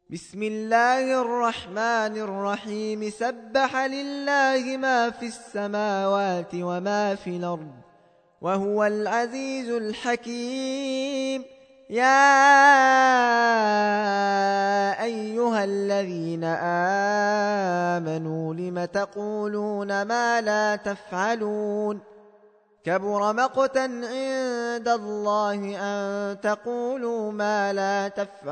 بسم الله الرحمن الرحيم سبح لله ما في السماوات وما في الأرض وهو العزيز الحكيم. يا أيها الذين آمنوا لم تقولون ما لا تفعلون كبر مقتا عند الله أن تقولوا ما لا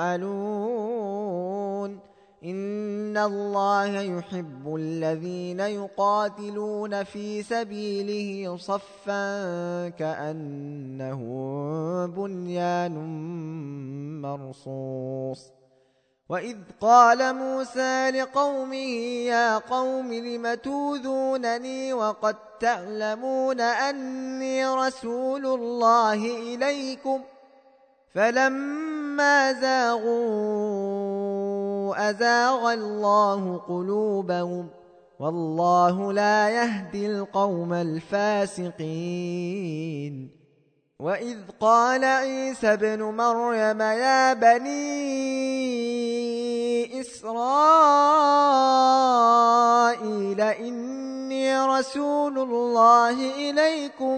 تفعلون. إن الله يحب الذين يقاتلون في سبيله صفا كأنه بنيان مرصوص. وإذ قال موسى لقومه يا قوم لم توذونني وقد تعلمون أني رسول الله إليكم فلما زاغوا أزاغ الله قلوبهم والله لا يهدي القوم الفاسقين. وإذ قال عيسى ابن مريم يا بني إسرائيل إني رسول الله إليكم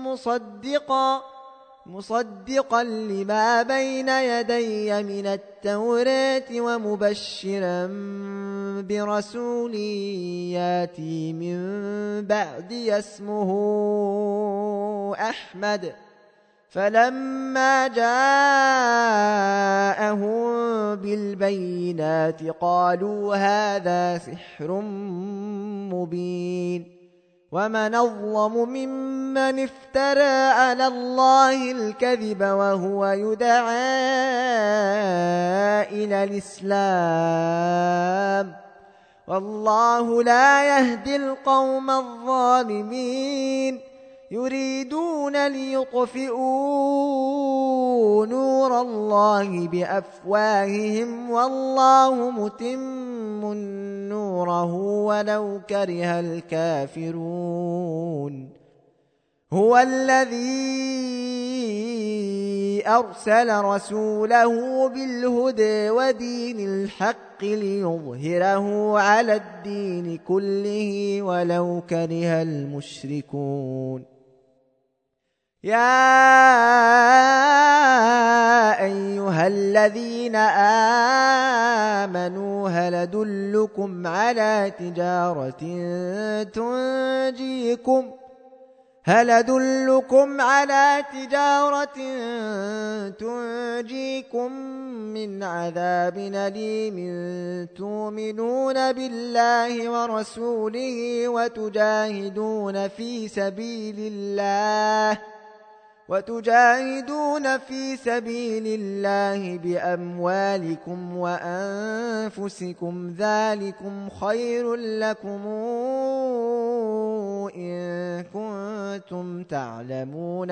مصدقا لما بين يدي من التوراة ومبشرا برسول ياتي من بعدي اسمه أحمد. فلما جاءهم بالبينات قالوا هذا سحر مبين. ومن أظلم ممن افترى على الله الكذب وهو يدعى إلى الإسلام والله لا يهدي القوم الظالمين. يريدون ليطفئوا نور الله بأفواههم والله متم نوره ولو كره الكافرون. هو الذي أرسل رسوله بالهدى ودين الحق ليظهره على الدين كله ولو كره المشركون. يا أيها الذين آمنوا هل أدلكم على تجارة تنجيكم من عذاب أليم تؤمنون بالله ورسوله وتجاهدون في سبيل الله بأموالكم وأنفسكم ذلكم خير لكم إن كنتم تعلمون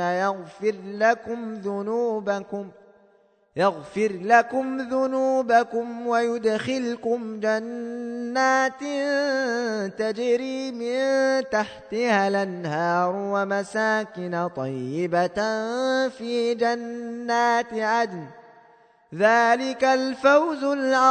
يغفر لكم ذنوبكم ويدخلكم جنات تجري من تحتها الأنهار ومساكن طيبة في جنات عدن ذلك الفوز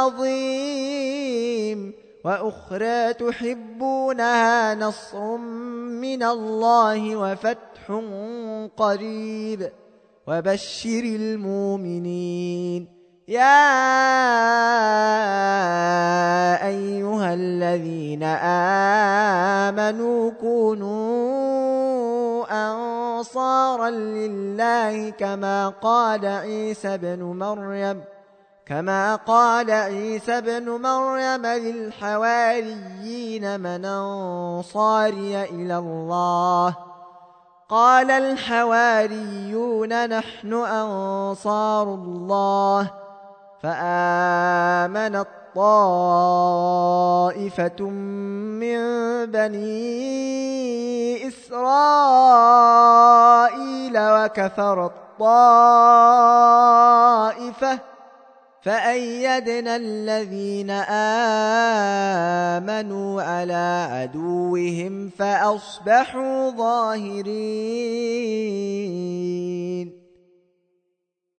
العظيم. وأخرى تحبونها نصر من الله وفتح قريب وبشر المؤمنين. يا أيها الذين آمنوا كونوا أنصارا لله كما قال عيسى بن مريم للحواريين من أنصاري إلى الله قال الحواريون نحن أنصار الله. فآمنت طائفة من بني إسرائيل وكفرت طائفة فأيدنا الذين آمنوا على عدوهم فأصبحوا ظاهرين.